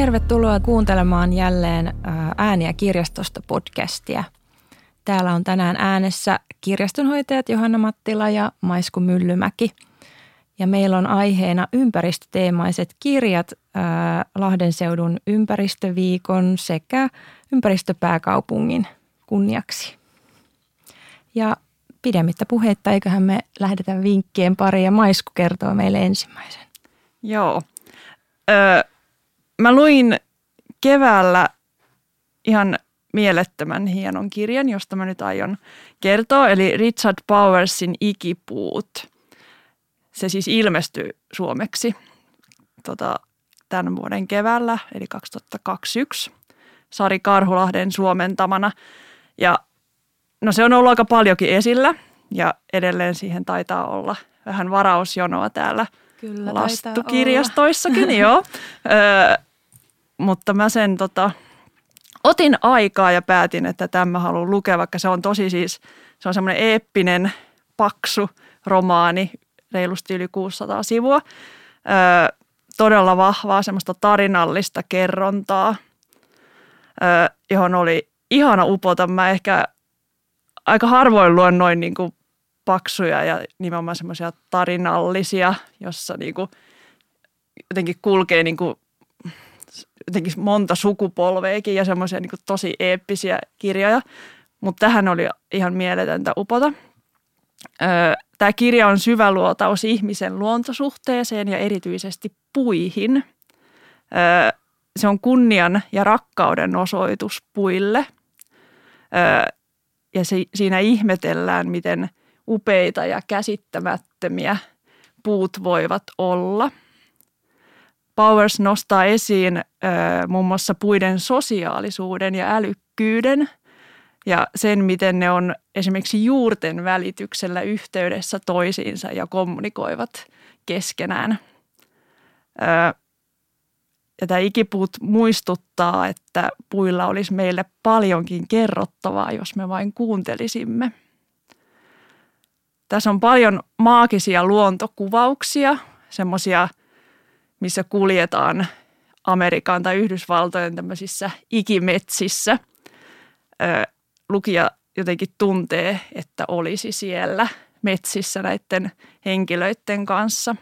Tervetuloa kuuntelemaan jälleen Ääniä kirjastosta podcastia. Täällä on tänään äänessä kirjastonhoitajat Johanna Mattila ja Maisku Myllymäki. Ja meillä on aiheena ympäristöteemaiset kirjat Lahden seudun ympäristöviikon sekä ympäristöpääkaupungin kunniaksi. Ja pidemmittä puheitta, eiköhän me lähdetä vinkkien pariin ja Maisku kertoo meille ensimmäisen. Joo. Mä luin keväällä ihan mielettömän hienon kirjan, josta mä nyt aion kertoa, eli Richard Bowersin Ikipuut. Se siis ilmestyi suomeksi tämän vuoden keväällä, eli 2021, Sari Karhulahden suomentamana. Ja no se on ollut aika paljonkin esillä ja edelleen siihen taitaa olla vähän varausjonoa täällä Kyllä, lastukirjastoissakin, joo. Mutta mä sen otin aikaa ja päätin, että tämän mä haluan lukea, vaikka se on se on semmoinen eeppinen, paksu romaani, reilusti yli 600 sivua. Todella vahvaa semmoista tarinallista kerrontaa, johon oli ihana upota. Mä ehkä aika harvoin luen noin niin kuin paksuja ja nimenomaan semmoisia tarinallisia, jossa niin kuin jotenkin kulkee niin kuin jotenkin monta sukupolveekin ja semmoisia niin kuin tosi eeppisiä kirjoja, mutta tähän oli ihan mieletöntä upota. Tämä kirja on syvä luotaus ihmisen luontosuhteeseen ja erityisesti puihin. Se on kunnian ja rakkauden osoitus puille ja siinä ihmetellään, miten upeita ja käsittämättömiä puut voivat olla. Bowers nostaa esiin muun muassa puiden sosiaalisuuden ja älykkyyden ja sen, miten ne on esimerkiksi juurten välityksellä yhteydessä toisiinsa ja kommunikoivat keskenään. Ja tämä Ikipuut muistuttaa, että puilla olisi meille paljonkin kerrottavaa, jos me vain kuuntelisimme. Tässä on paljon maagisia luontokuvauksia, semmoisia, missä kuljetaan Amerikan tai Yhdysvaltojen tämmöisissä ikimetsissä. Lukija jotenkin tuntee, että olisi siellä metsissä näiden henkilöiden kanssa.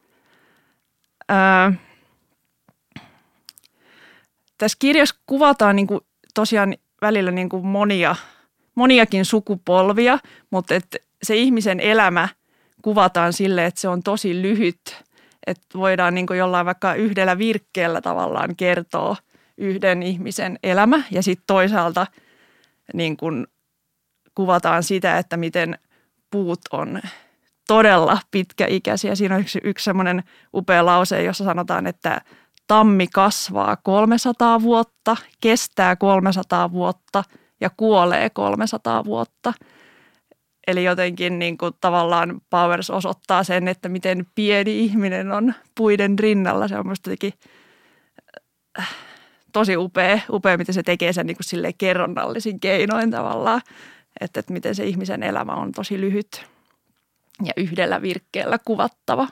Tässä kirjassa kuvataan niin kuin tosiaan välillä niin kuin moniakin sukupolvia, mutta se ihmisen elämä kuvataan silleen, että se on tosi lyhyt. Että voidaan niin kuin jollain vaikka yhdellä virkkeellä tavallaan kertoa yhden ihmisen elämä ja sitten toisaalta niin kuin kuvataan sitä, että miten puut on todella pitkäikäisiä. Siinä on yksi semmoinen upea lause, jossa sanotaan, että tammi kasvaa 300 vuotta, kestää 300 vuotta ja kuolee 300 vuotta. Eli jotenkin niin kuin tavallaan Bowers osoittaa sen, että miten pieni ihminen on puiden rinnalla. Se on minusta jotenkin tosi upea, miten se tekee sen niin kuin silleen kerronnallisin keinoin tavallaan. Että miten se ihmisen elämä on tosi lyhyt ja yhdellä virkkeellä kuvattava.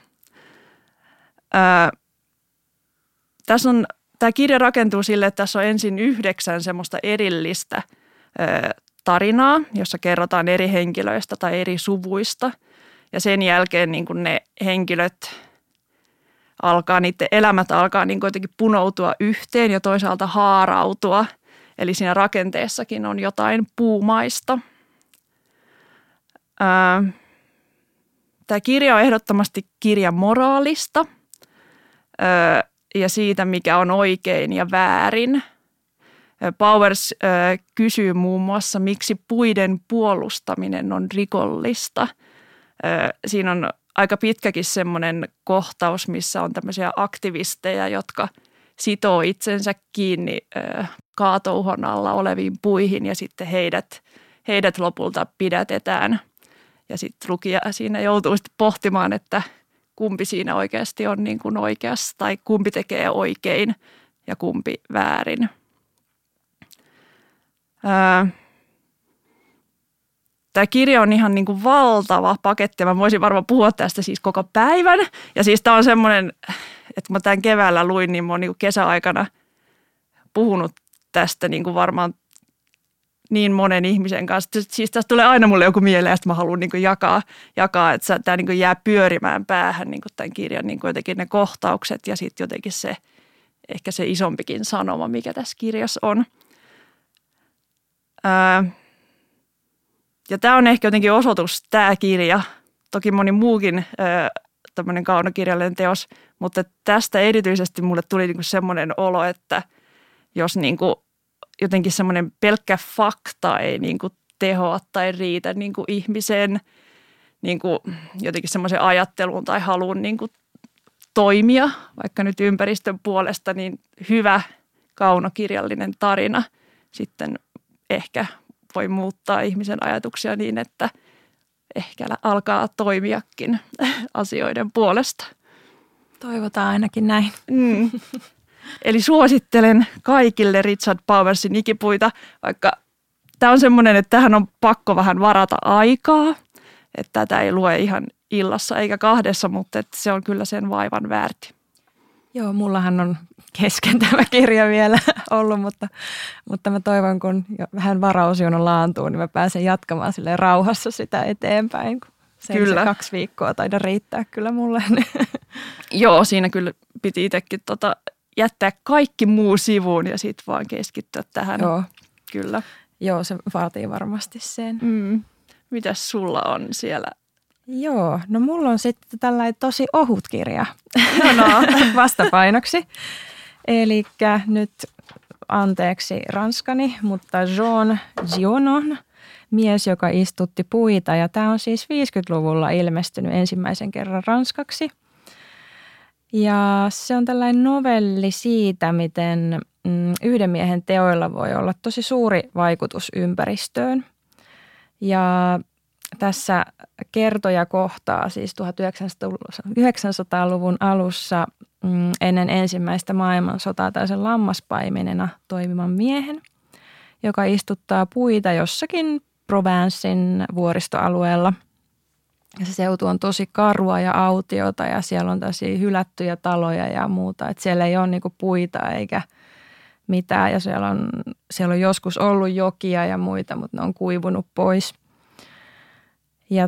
Tämä kirja rakentuu sille, että tässä on ensin 9 semmoista erillistä tarinaa, jossa kerrotaan eri henkilöistä tai eri suvuista. Ja sen jälkeen niin kun ne henkilöt niiden elämät alkaa niin jotenkin punoutua yhteen ja toisaalta haarautua. Eli siinä rakenteessakin on jotain puumaista. Tämä kirja on ehdottomasti kirja moraalista ja siitä, mikä on oikein ja väärin. Bowers kysyy muun muassa, miksi puiden puolustaminen on rikollista. Siinä on aika pitkäkin semmoinen kohtaus, missä on tämmöisiä aktivisteja, jotka sitoo itsensä kiinni kaatouhon alla oleviin puihin ja sitten heidät lopulta pidätetään. Ja sitten lukija siinä joutuu sitten pohtimaan, että kumpi siinä oikeasti on niin kuin oikeassa tai kumpi tekee oikein ja kumpi väärin. Tämä kirja on ihan niin kuin valtava paketti. Mä voisin varmaan puhua tästä siis koko päivän. Ja siis tämä on semmoinen, että kun mä tämän keväällä luin, niin mä oon niin kuin kesäaikana puhunut tästä niin kuin varmaan niin monen ihmisen kanssa. Siis tästä tulee aina mulle joku mieleen, että mä haluan niin kuin jakaa, että tämä niin kuin jää pyörimään päähän niin kuin tämän kirjan niin kuin jotenkin ne kohtaukset ja sitten jotenkin se, ehkä se isompikin sanoma, mikä tässä kirjassa on. Ja tämä on ehkä jotenkin osoitus, tämä kirja, toki moni muukin tämmöinen kaunokirjallinen teos, mutta tästä erityisesti mulle tuli niinku semmoinen olo, että jos niinku jotenkin semmoinen pelkkä fakta ei niinku tehoa tai riitä niinku ihmisen niinku jotenkin semmoisen ajatteluun tai haluun niinku toimia, vaikka nyt ympäristön puolesta, niin hyvä kaunokirjallinen tarina sitten ehkä voi muuttaa ihmisen ajatuksia niin, että ehkä alkaa toimiakin asioiden puolesta. Toivotaan ainakin näin. Eli suosittelen kaikille Richard Powersin Ikipuita, vaikka tämä on semmoinen, että tähän on pakko vähän varata aikaa, että tätä ei lue ihan illassa eikä kahdessa, mutta että se on kyllä sen vaivan väärti. Joo, mullahan on kesken tämä kirja vielä ollut, mutta mä toivon, kun vähän varausjono laantuu, niin mä pääsen jatkamaan silleen rauhassa sitä eteenpäin. Se 2 viikkoa taida riittää kyllä mulle. Joo, siinä kyllä piti itsekin jättää kaikki muu sivuun ja sitten vaan keskittyä tähän. Joo. Kyllä. Joo, se vaatii varmasti sen. Mitäs sulla on siellä? Joo, no mulla on sitten tällainen tosi ohut kirja vastapainoksi. Elikkä nyt anteeksi ranskani, mutta Jean Gionon, mies, joka istutti puita. Ja tämä on siis 50-luvulla ilmestynyt ensimmäisen kerran ranskaksi. Ja se on tällainen novelli siitä, miten yhden miehen teoilla voi olla tosi suuri vaikutus ympäristöön. Ja tässä kertoja kohtaa siis 1900-luvun alussa ennen ensimmäistä maailmansotaa tällaisen lammaspaimenena toimivan miehen, joka istuttaa puita jossakin Provencen vuoristoalueella. Ja se seutu on tosi karua ja autiota ja siellä on tällaisia hylättyjä taloja ja muuta. Että siellä ei ole niinku puita eikä mitään ja siellä on joskus ollut jokia ja muita, mutta ne on kuivunut pois. Ja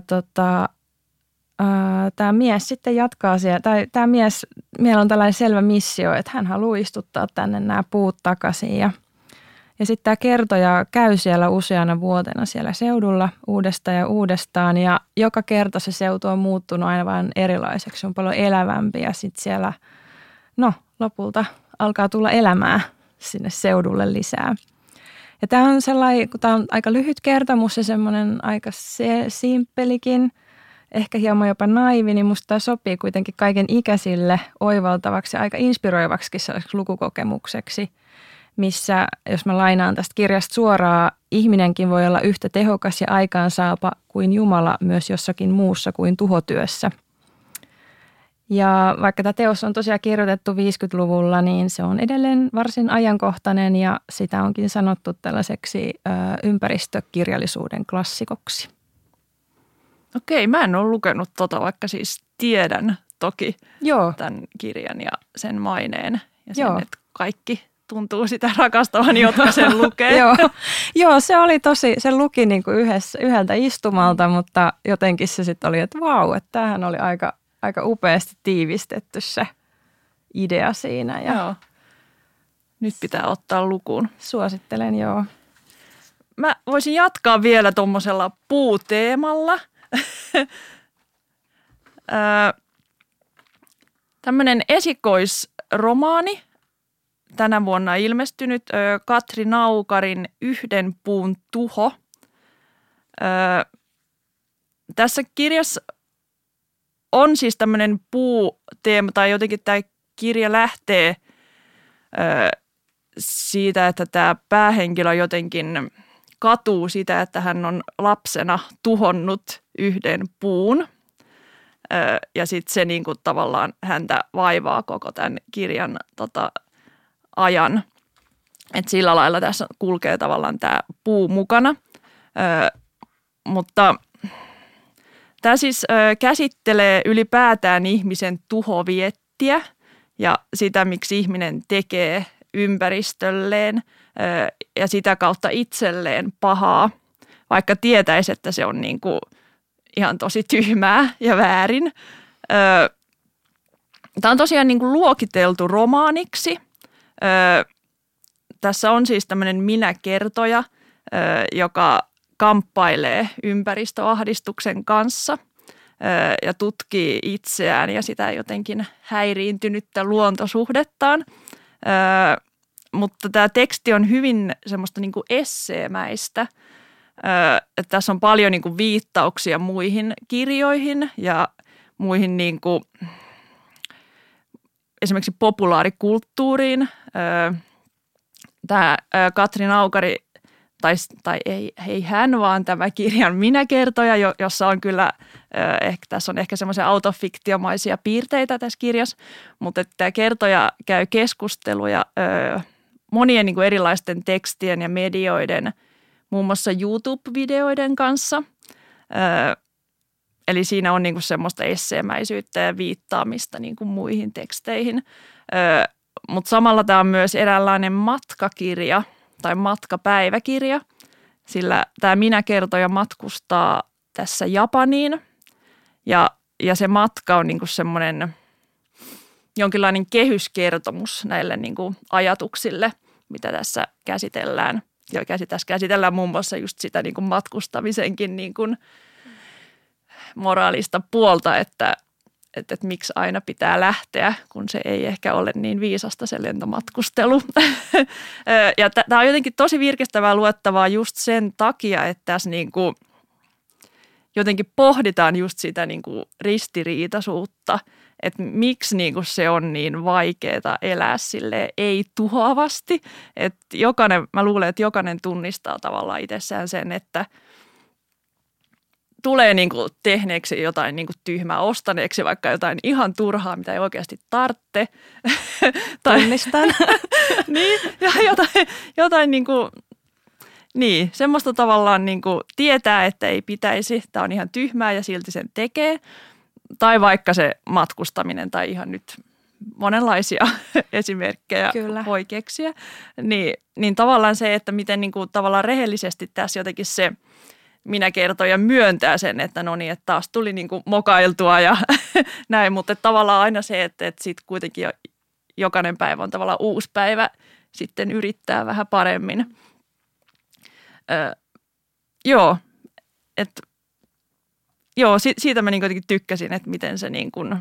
tämä mies sitten jatkaa siellä, tai tämä miehellä on tällainen selvä missio, että hän haluaa istuttaa tänne nämä puut takaisin. Ja sitten tämä kertoja käy siellä useana vuotena siellä seudulla uudestaan ja joka kerta se seutu on muuttunut aina vaan erilaiseksi. Se on paljon elävämpi ja sitten siellä lopulta alkaa tulla elämää sinne seudulle lisää. Ja tämä on sellainen, kun tämä on aika lyhyt kertomus ja semmoinen aika simppelikin, ehkä hieman jopa naivi, niin musta tämä sopii kuitenkin kaiken ikäisille oivaltavaksi ja aika inspiroivaksikin lukukokemukseksi, missä, jos mä lainaan tästä kirjasta suoraan, ihminenkin voi olla yhtä tehokas ja aikaansaapa kuin Jumala myös jossakin muussa kuin tuhotyössä. Ja vaikka tämä teos on tosiaan kirjoitettu 50-luvulla, niin se on edelleen varsin ajankohtainen ja sitä onkin sanottu tällaiseksi ympäristökirjallisuuden klassikoksi. Okei, mä en ole lukenut vaikka siis tiedän toki tämän kirjan ja sen maineen ja sen, että kaikki tuntuu sitä rakastavan, jotka sen lukee. Joo, se oli tosi, se luki niin kuin yhdeltä istumalta, mutta jotenkin se sitten oli, että vau, että tämähän oli aika upeasti tiivistetty se idea siinä. Ja nyt pitää ottaa lukuun. Suosittelen, joo. Mä voisin jatkaa vielä tuommoisella puuteemalla. Tämmöinen esikoisromaani, tänä vuonna ilmestynyt, Katri Naukarin Yhden puun tuho. Tässä kirjassa on siis tämmöinen puuteema, tai jotenkin tämä kirja lähtee siitä, että tämä päähenkilö jotenkin katuu sitä, että hän on lapsena tuhonnut yhden puun. Ja sitten se niinku tavallaan häntä vaivaa koko tämän kirjan ajan. Et sillä lailla tässä kulkee tavallaan tämä puu mukana. Mutta tämä siis käsittelee ylipäätään ihmisen tuhoviettiä ja sitä, miksi ihminen tekee ympäristölleen ja sitä kautta itselleen pahaa, vaikka tietäisi, että se on niin kuin ihan tosi tyhmää ja väärin. Tämä on tosiaan niin kuin luokiteltu romaaniksi. Tässä on siis tämmöinen minäkertoja, joka kamppailee ympäristöahdistuksen kanssa ja tutkii itseään ja sitä jotenkin häiriintynyttä luontosuhdettaan. Mutta tämä teksti on hyvin semmoista niin kuin esseemäistä. Että tässä on paljon niin kuin viittauksia muihin kirjoihin ja muihin niin kuin, esimerkiksi populaarikulttuuriin. Tämä Katri Naukari, tai ei hän, vaan tämä kirjan minäkertoja, jossa on kyllä, tässä on ehkä semmoisia autofiktiomaisia piirteitä tässä kirjassa, mutta tämä kertoja käy keskusteluja monien niin kuin erilaisten tekstien ja medioiden, muun muassa YouTube-videoiden kanssa. Eli siinä on niin kuin semmoista esseemäisyyttä ja viittaamista niin kuin muihin teksteihin. Mutta samalla tämä on myös eräänlainen matkakirja tai matkapäiväkirja, sillä tämä minäkertoja matkustaa tässä Japaniin ja se matka on niin kuin semmoinen jonkinlainen kehyskertomus näille niin kuin ajatuksille, mitä tässä käsitellään. Ja tässä käsitellään muun muassa just sitä niin kuin matkustamisenkin niin kuin moraalista puolta, että miksi aina pitää lähteä, kun se ei ehkä ole niin viisasta se lentomatkustelu. Ja tämä on jotenkin tosi virkistävää luettavaa just sen takia, että tässä niin kuin jotenkin pohditaan just sitä niin kuin ristiriitaisuutta, että miksi niin kuin se on niin vaikeaa elää silleen ei-tuhoavasti. Että mä luulen, että jokainen tunnistaa tavallaan itsessään sen, että tulee niin kuin tehneeksi jotain niin kuin tyhmää, ostaneeksi vaikka jotain ihan turhaa, mitä ei oikeasti tarvitse. Tunnistan. Niin, ja jotain niin kuin, niin, semmoista tavallaan niin kuin tietää, että ei pitäisi. Tämä on ihan tyhmää ja silti sen tekee. Tai vaikka se matkustaminen tai ihan nyt monenlaisia esimerkkejä Kyllä. voi keksiä. Niin tavallaan se, että miten niin kuin tavallaan rehellisesti tässä jotenkin se minäkertoja myöntää sen, että no niin, että taas tuli niin kuin mokailtua ja näin, mutta tavallaan aina se, että sitten kuitenkin jokainen päivä on tavallaan uusi päivä sitten yrittää vähän paremmin. Siitä mä niin jotenkin tykkäsin, että miten se niin kuin,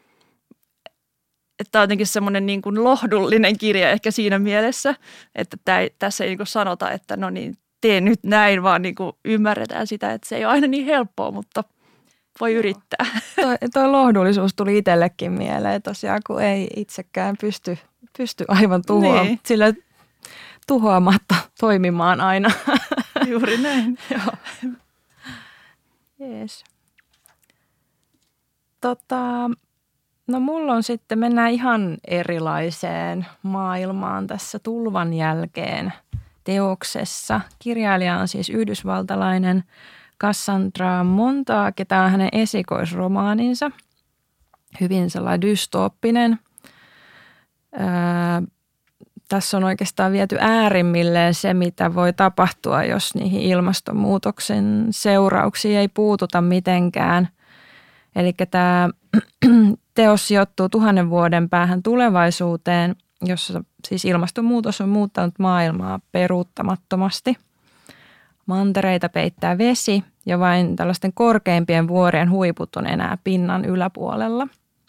että tämä on jotenkin semmoinen niin kuin lohdullinen kirja ehkä siinä mielessä, että tässä ei niin kuin sanota, että no niin, tee nyt näin, vaan niin kuin ymmärretään sitä, että se ei ole aina niin helppoa, mutta voi yrittää. Toi lohdullisuus tuli itsellekin mieleen tosiaan, kun ei itsekään pysty aivan niin. sille tuhoamatta toimimaan aina. Juuri näin. Joo. Jees. No mulla on sitten, mennään ihan erilaiseen maailmaan tässä Tulvan jälkeen teoksessa. Kirjailija on siis yhdysvaltalainen Cassandra Montague. Tämä on hänen esikoisromaaninsa. Hyvin sellainen dystooppinen. Tässä on oikeastaan viety äärimmilleen se, mitä voi tapahtua, jos niihin ilmastonmuutoksen seurauksiin ei puututa mitenkään. Eli tämä teos sijoittuu 1000 vuoden päähän tulevaisuuteen, jossa siis ilmastonmuutos on muuttanut maailmaa peruuttamattomasti. Mantereita peittää vesi ja vain tällaisten korkeimpien vuorien huiput on enää pinnan yläpuolella.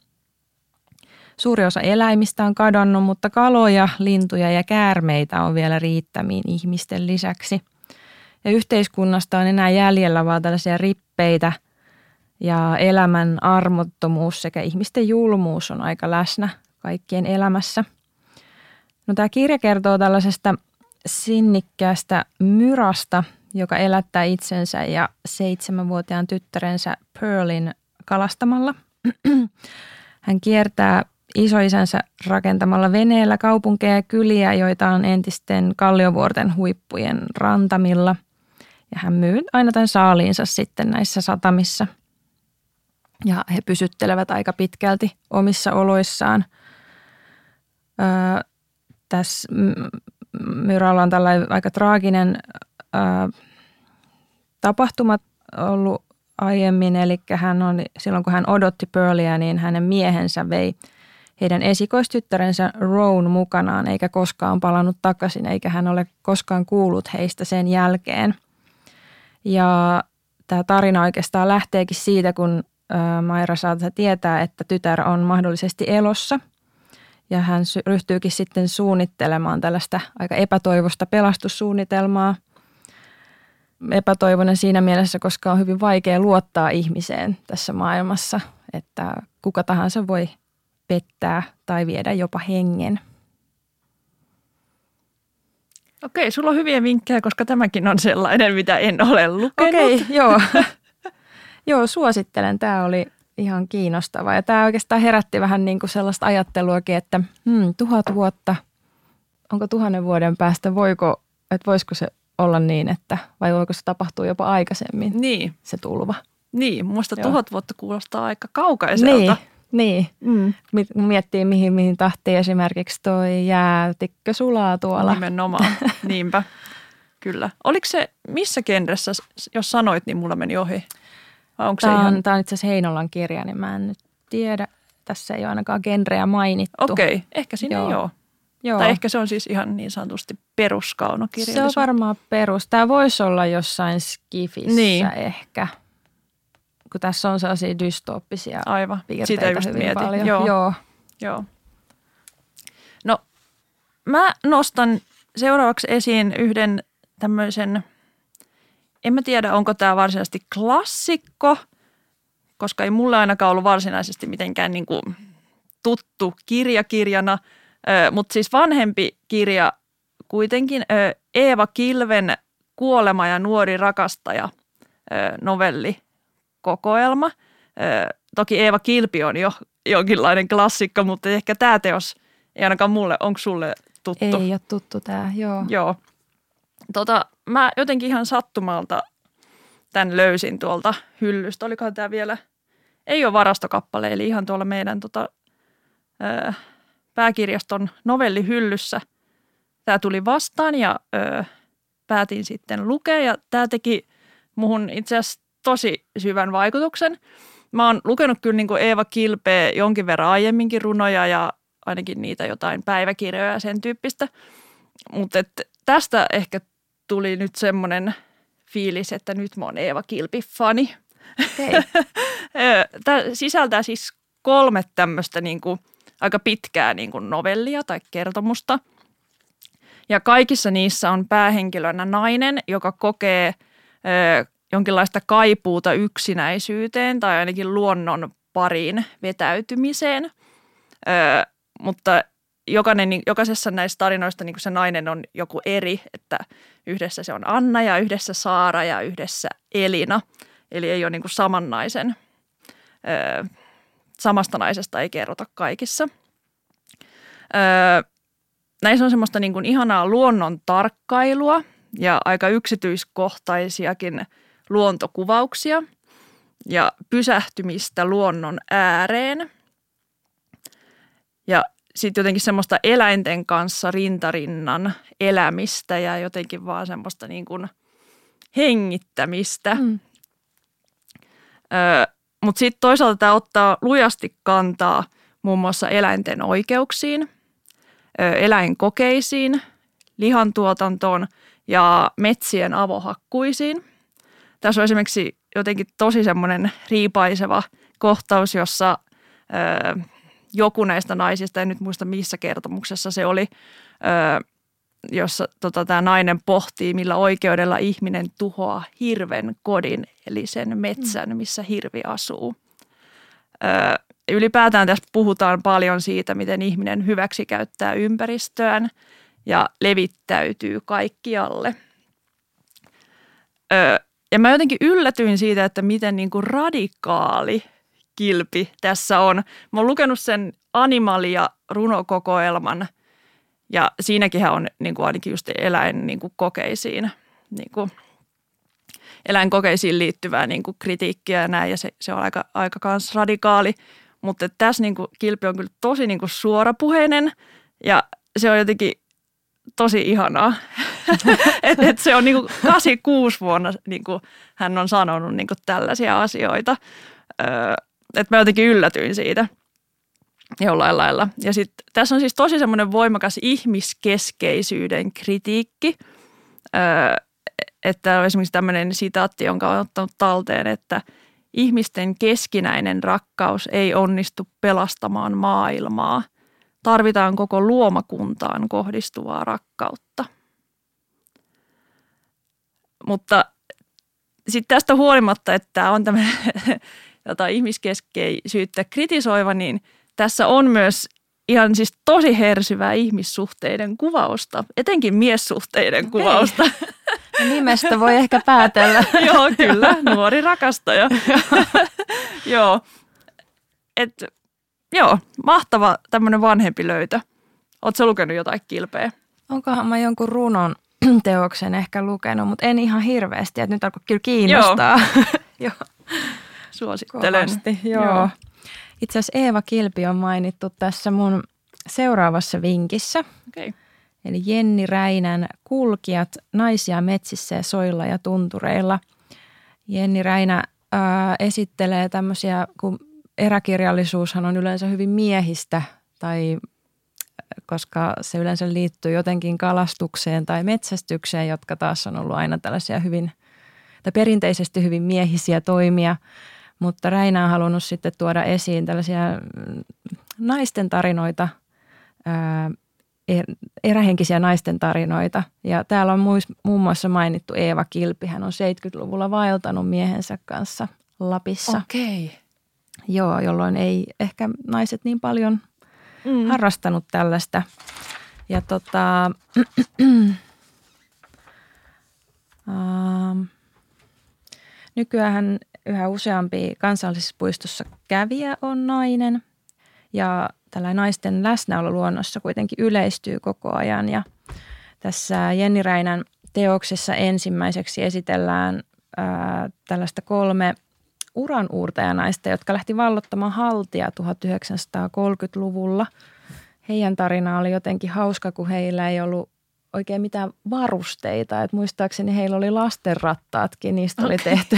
Suuri osa eläimistä on kadonnut, mutta kaloja, lintuja ja käärmeitä on vielä riittämiin ihmisten lisäksi. Ja yhteiskunnasta on enää jäljellä vaan tällaisia rippeitä ja elämän armottomuus sekä ihmisten julmuus on aika läsnä kaikkien elämässä. No, tämä kirja kertoo tällaisesta sinnikkäästä myrasta, joka elättää itsensä ja 7-vuotiaan tyttärensä Pearlin kalastamalla. Hän kiertää isoisänsä rakentamalla veneellä kaupunkeja ja kyliä, joita on entisten kalliovuorten huippujen rantamilla. Ja hän myy aina tämän saaliinsa sitten näissä satamissa. Ja he pysyttelevät aika pitkälti omissa oloissaan. tässä Myralla on tällainen aika traaginen tapahtuma ollut aiemmin, eli silloin kun hän odotti Pearlia, niin hänen miehensä vei heidän esikoistyttärensä Roan mukanaan, eikä koskaan palannut takaisin, eikä hän ole koskaan kuullut heistä sen jälkeen. Ja tämä tarina oikeastaan lähteekin siitä, kun Maira saa tietää, että tytär on mahdollisesti elossa. Ja hän ryhtyykin sitten suunnittelemaan tällaista aika epätoivoista pelastussuunnitelmaa. Epätoivoinen siinä mielessä, koska on hyvin vaikea luottaa ihmiseen tässä maailmassa, että kuka tahansa voi pettää tai viedä jopa hengen. Okei, sulla on hyviä vinkkejä, koska tämäkin on sellainen, mitä en ole lukenut. Okei, joo. Joo, suosittelen. Tämä oli ihan kiinnostava. Ja tämä oikeastaan herätti vähän niin kuin sellaista ajatteluakin, että 1000 vuotta, onko 1000 vuoden päästä, voisiko se olla niin, että vai voiko se tapahtua jopa aikaisemmin, se tulva. Niin, muista 1000 vuotta kuulostaa aika kaukaiselta. Niin. Miettii mihin tahtiin esimerkiksi toi jäätikkö sulaa tuolla. Nimenomaan, niinpä, kyllä. Oliko se missä genressä, jos sanoit, niin mulla meni ohi? Tämä on itse asiassa Heinolan kirja, niin mä en nyt tiedä. Tässä ei ole ainakaan genreä mainittu. Okei, ehkä siinä ei ole. Joo. Tai ehkä se on siis ihan niin sanotusti peruskaunokirjallisuus. Se on varmaan perus. Tämä voisi olla jossain Skifissä ehkä. Kun tässä on sellaisia dystooppisia piirteitä sitä just hyvin mietin. Paljon. Joo. No, mä nostan seuraavaksi esiin yhden tämmöisen, en mä tiedä onko tämä varsinaisesti klassikko, koska ei mulle ainakaan ollut varsinaisesti mitenkään niin kuin tuttu kirjana, mutta siis vanhempi kirja kuitenkin, Eeva Kilven Kuolema ja nuori rakastaja novellikokoelma. Toki Eeva Kilpi on jo jonkinlainen klassikko, mutta ehkä tämä teos ei ainakaan mulle, onko sulle tuttu? Ei ole tuttu tämä, Joo. Mä jotenkin ihan sattumalta tämän löysin tuolta hyllystä. Olikohan tämä vielä, ei ole varastokappale, eli ihan tuolla meidän pääkirjaston novellihyllyssä. Tämä tuli vastaan ja päätin sitten lukea ja tämä teki muhun itse asiassa tosi syvän vaikutuksen. Mä oon lukenut kyllä niin kuin Eeva Kilpeä jonkin verran aiemminkin runoja ja ainakin niitä jotain päiväkirjoja ja sen tyyppistä. Mutta tästä ehkä tuli nyt semmoinen fiilis, että nyt mä oon Eeva Kilpi-fani. Okay. Tämä sisältää siis 3 tämmöistä niin kuin aika pitkää niin kuin novellia tai kertomusta. Ja kaikissa niissä on päähenkilönä nainen, joka kokee jonkinlaista kaipuuta yksinäisyyteen tai ainakin luonnon pariin vetäytymiseen. Mutta jokaisessa näistä tarinoista niin kuin se nainen on joku eri, että yhdessä se on Anna ja yhdessä Saara ja yhdessä Elina. Eli ei ole niin kuin samasta naisesta ei kerrota kaikissa. Näissä on semmoista niin kuin ihanaa luonnon tarkkailua ja aika yksityiskohtaisiakin luontokuvauksia ja pysähtymistä luonnon ääreen. Ja sitten jotenkin semmoista eläinten kanssa rintarinnan elämistä ja jotenkin vaan semmoista niin kuin hengittämistä. Mutta sitten toisaalta tämä ottaa lujasti kantaa muun muassa eläinten oikeuksiin, eläinkokeisiin, lihantuotantoon ja metsien avohakkuisiin. Tässä on esimerkiksi jotenkin tosi semmoinen riipaiseva kohtaus, jossa joku näistä naisista, en nyt muista missä kertomuksessa se oli, jossa tämä nainen pohtii, millä oikeudella ihminen tuhoaa hirven kodin, eli sen metsän, missä hirvi asuu. Ylipäätään tässä puhutaan paljon siitä, miten ihminen hyväksikäyttää ympäristöään ja levittäytyy kaikkialle. Ja mä jotenkin yllätyin siitä, että miten niin kuin radikaali Kilpi tässä on. Mä oon lukenut sen Animalia-runokokoelman ja siinäkinhän on niin kuin ainakin just eläinkokeisiin liittyvää niin kuin kritiikkiä ja näin ja se on aika kans radikaali. Mutta tässä niin kuin Kilpi on kyllä tosi niin kuin suorapuheinen ja se on jotenkin tosi ihanaa. Et se on niinku 86 vuonna niinku hän on sanonut niinku tällaisia asioita. Että mä jotenkin yllätyin siitä jollain lailla. Ja sitten tässä on siis tosi semmoinen voimakas ihmiskeskeisyyden kritiikki. Että on esimerkiksi tämmöinen sitaatti, jonka olen ottanut talteen, että ihmisten keskinäinen rakkaus ei onnistu pelastamaan maailmaa. Tarvitaan koko luomakuntaan kohdistuvaa rakkautta. Mutta sitten tästä huolimatta, että tämä on tämmöinen jotain ihmiskeskeisyyttä kritisoiva, niin tässä on myös ihan siis tosi hersyvää ihmissuhteiden kuvausta, etenkin miessuhteiden kuvausta. Nimestä voi ehkä päätellä. Joo, kyllä. Nuori rakastaja. Joo. Joo, mahtava tämmöinen vanhempi löytö. Ootko lukenut jotain kilpeä? Onkohan mä jonkun runon teoksen ehkä lukenut, mutta en ihan hirveästi. Että nyt alkoi kyllä kiinnostaa. Joo. Suosittelen. Kovasti, joo. Itse asiassa Eeva Kilpi on mainittu tässä mun seuraavassa vinkissä. Okay. Eli Jenni Räinän Kulkijat, naisia metsissä ja soilla ja tuntureilla. Jenni Räinä esittelee tämmöisiä, kun eräkirjallisuushan on yleensä hyvin miehistä, tai koska se yleensä liittyy jotenkin kalastukseen tai metsästykseen, jotka taas on ollut aina tällaisia hyvin, tai perinteisesti hyvin miehisiä toimia. Mutta Räinä on halunnut sitten tuoda esiin tällaisia naisten tarinoita, erähenkisiä naisten tarinoita. Ja täällä on muun muassa mainittu Eeva Kilpi. Hän on 70-luvulla vaeltanut miehensä kanssa Lapissa. Okei. Joo, jolloin ei ehkä naiset niin paljon harrastanut tällaista. Ja nykyään yhä useampi kansallisessa puistossa kävijä on nainen ja tällainen naisten läsnäolo luonnossa kuitenkin yleistyy koko ajan. Ja tässä Jenni Räinän teoksessa ensimmäiseksi esitellään tällaista 3 uranuurtajanaista, jotka lähti vallottamaan Haltia 1930-luvulla. Heidän tarina oli jotenkin hauska, kun heillä ei ollut oikein mitään varusteita. Et muistaakseni heillä oli lastenrattaatkin, niistä oli tehty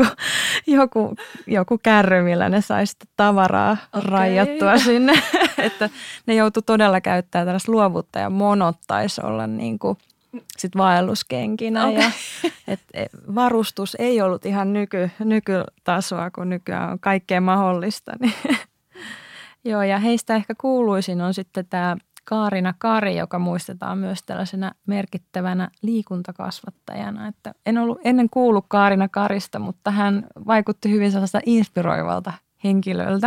joku kärry, millä ne sai sitten tavaraa rajattua sinne. Että ne joutui todella käyttämään tällaista luovuutta ja monot taisi olla niin kuin sit vaelluskenkinä. Ja, varustus ei ollut ihan nykytasoa, kun nykyään on kaikkea mahdollista. Niin. Joo, ja heistä ehkä kuuluisin on sitten tämä Kaarina Kari, joka muistetaan myös tällaisena merkittävänä liikuntakasvattajana. Että en ollut ennen kuullut Kaarina Karista, mutta hän vaikutti hyvin sellaista inspiroivalta henkilöltä.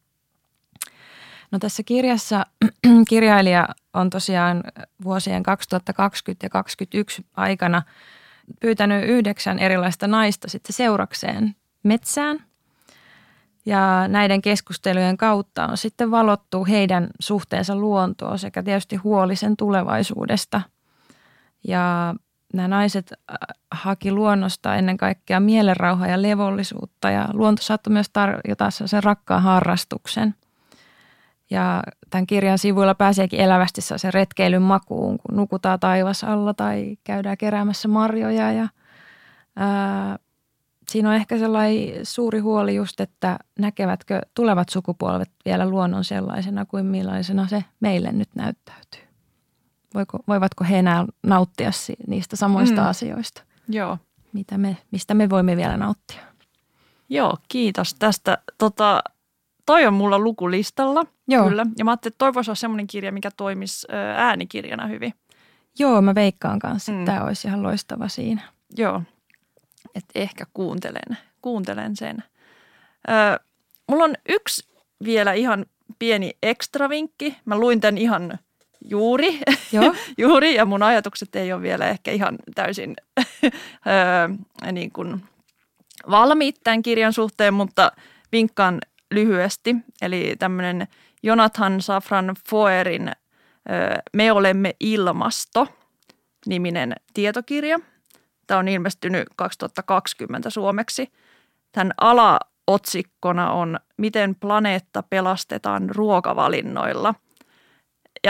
No tässä kirjassa kirjailija on tosiaan vuosien 2020 ja 2021 aikana pyytänyt 9 erilaista naista sitten seurakseen metsään. Ja näiden keskustelujen kautta on sitten valottu heidän suhteensa luontoon sekä tietysti huoli sen tulevaisuudesta. Ja nämä naiset haki luonnosta ennen kaikkea mielenrauhaa ja levollisuutta ja luonto saattoi myös tarjota sen rakkaan harrastuksen. Ja tämän kirjan sivuilla pääseekin elävästi sen retkeilyn makuun, kun nukutaan taivas alla tai käydään keräämässä marjoja. Ja, siinä on ehkä sellainen suuri huoli just, että näkevätkö tulevat sukupolvet vielä luonnon sellaisena kuin millaisena se meille nyt näyttäytyy. Voivatko he enää nauttia niistä samoista asioista, Joo. Mistä me voimme vielä nauttia? Joo, kiitos tästä. Toi on mulla lukulistalla. Joo. Kyllä. Ja mä ajattelin, että toi voisi olla semmoinen kirja, mikä toimisi äänikirjana hyvin. Joo, mä veikkaan kanssa, että tämä olisi ihan loistava siinä. Joo, että ehkä kuuntelen sen. Mulla on yksi vielä ihan pieni ekstra vinkki. Mä luin tämän ihan juuri. Joo. juuri ja mun ajatukset ei ole vielä ehkä ihan täysin niin kuin valmiit tämän kirjan suhteen, mutta vinkkaan lyhyesti. Eli tämmöinen Jonathan Safran Foerin Me olemme ilmasto -niminen tietokirja. Tämä on ilmestynyt 2020 suomeksi. Tämän alaotsikkona on Miten planeetta pelastetaan ruokavalinnoilla. Ja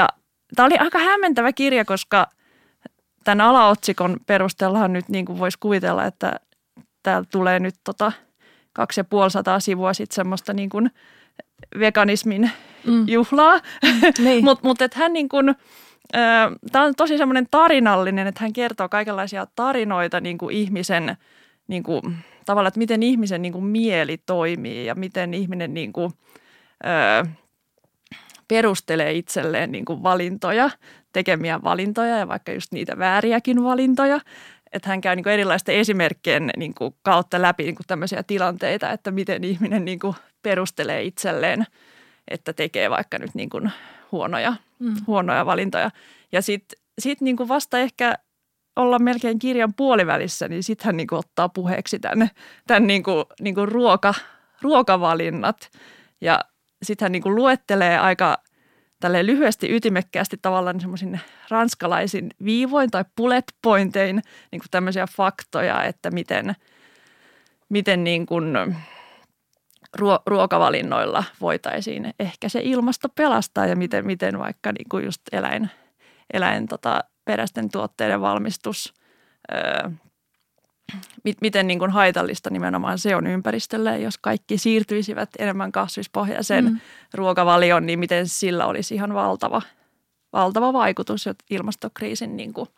tämä oli aika hämmentävä kirja, koska tämän alaotsikon perusteellahan nyt niin kuin voisi kuvitella, että täällä tulee nyt 250 sivua sitten semmoista niin kuin veganismin juhlaa. Niin. Mutta hän niin kuin, tämä on tosi semmoinen tarinallinen, että hän kertoo kaikenlaisia tarinoita niin kuin ihmisen, niin kuin, tavallaan, että miten ihmisen niin kuin mieli toimii ja miten ihminen niin kuin, perustelee itselleen niin kuin valintoja, tekemiä valintoja ja vaikka just niitä vääriäkin valintoja. Että hän käy niin kuin erilaisten esimerkkien niin kuin kautta läpi niin kuin tämmöisiä tilanteita, että miten ihminen niin kuin perustelee itselleen, että tekee vaikka nyt niin kuin huonoja valintoja. Ja sitten niin kuin vasta ehkä olla melkein kirjan puolivälissä, niin sitten hän niin kuin ottaa puheeksi tämän niin kuin ruokavalinnat. Ja sitten hän niin kuin luettelee aika tälleen lyhyesti ytimekkäästi tavallaan semmoisin ranskalaisin viivoin tai bullet pointein niin kuin tämmöisiä faktoja, että miten niin kuin ruokavalinnoilla voitaisiin ehkä se ilmasto pelastaa ja miten vaikka niin kuin just eläinperäisten tuotteiden valmistus, miten niin kuin haitallista nimenomaan se on ympäristölle, jos kaikki siirtyisivät enemmän kasvispohjaiseen ruokavalioon, niin miten sillä olisi ihan valtava vaikutus ilmastokriisin niin kuin,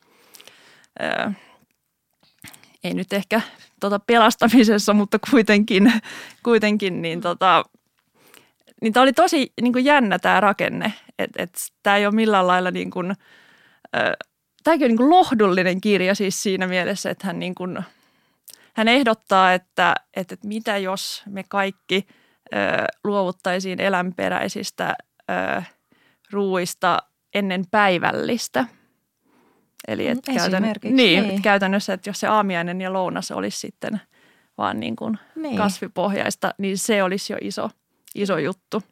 ei nyt ehkä pelastamisessa, mutta kuitenkin niin niin tämä oli tosi niin kuin jännä tämä rakenne, että tämä ei ole millään lailla niin kuin, tämäkin on niin kuin lohdullinen kirja siis siinä mielessä, että hän ehdottaa, että mitä jos me kaikki luovuttaisiin eläinperäisistä ruuista ennen päivällistä. Eli että käytännössä, että jos se aamiainen ja lounas olisi sitten vaan niin kuin kasvipohjaista, niin se olisi jo iso juttu.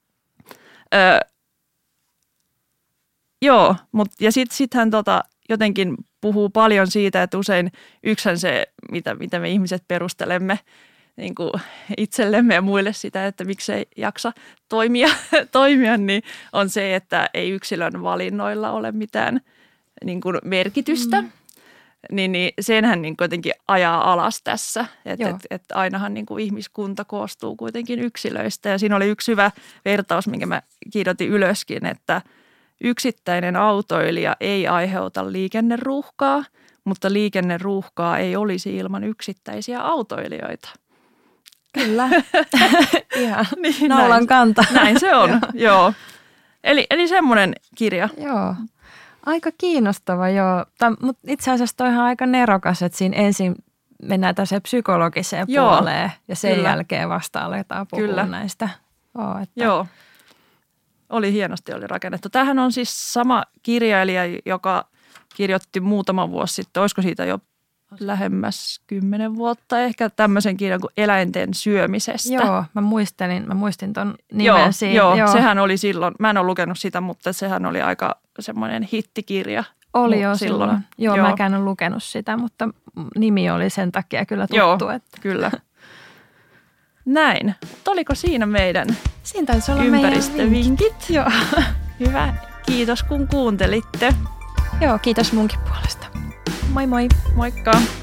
Joo, ja sitten hän jotenkin puhuu paljon siitä, että usein yksihän se, mitä me ihmiset perustelemme niin kuin itsellemme ja muille sitä, että miksei jaksa toimia, niin on se, että ei yksilön valinnoilla ole mitään niin kuin merkitystä. Niin senhän niin jotenkin ajaa alas tässä, että ainahan niin kuin ihmiskunta koostuu kuitenkin yksilöistä. Ja siinä oli yksi hyvä vertaus, minkä mä kirjoitin ylöskin, että yksittäinen autoilija ei aiheuta liikenneruuhkaa, mutta liikenneruuhkaa ei olisi ilman yksittäisiä autoilijoita. Kyllä, ihan naulan kanta. Näin se on, joo. Eli semmoinen kirja. Joo, aika kiinnostava joo, mutta itse asiassa toi ihan aika nerokas, että siinä ensin mennään tällaiseen psykologiseen puoleen ja sen jälkeen vasta aletaan puhua näistä. Joo. Hienosti oli rakennettu. Tämähän on siis sama kirjailija, joka kirjoitti muutama vuosi sitten, olisiko siitä jo lähemmäs 10 vuotta ehkä tämmöisen kirjan kuin Eläinten syömisestä. Joo, mä muistin ton nimen siinä. Joo, sehän oli silloin, mä en ole lukenut sitä, mutta sehän oli aika semmoinen hittikirja. Oli jo silloin. Joo, mäkään en lukenut sitä, mutta nimi oli sen takia kyllä tuttu. Joo, kyllä. Näin. Oliko siinä meidän ympäristövinkit? Joo. Hyvä. Kiitos kun kuuntelitte. Joo, kiitos munkin puolesta. Moi moi. Moikka.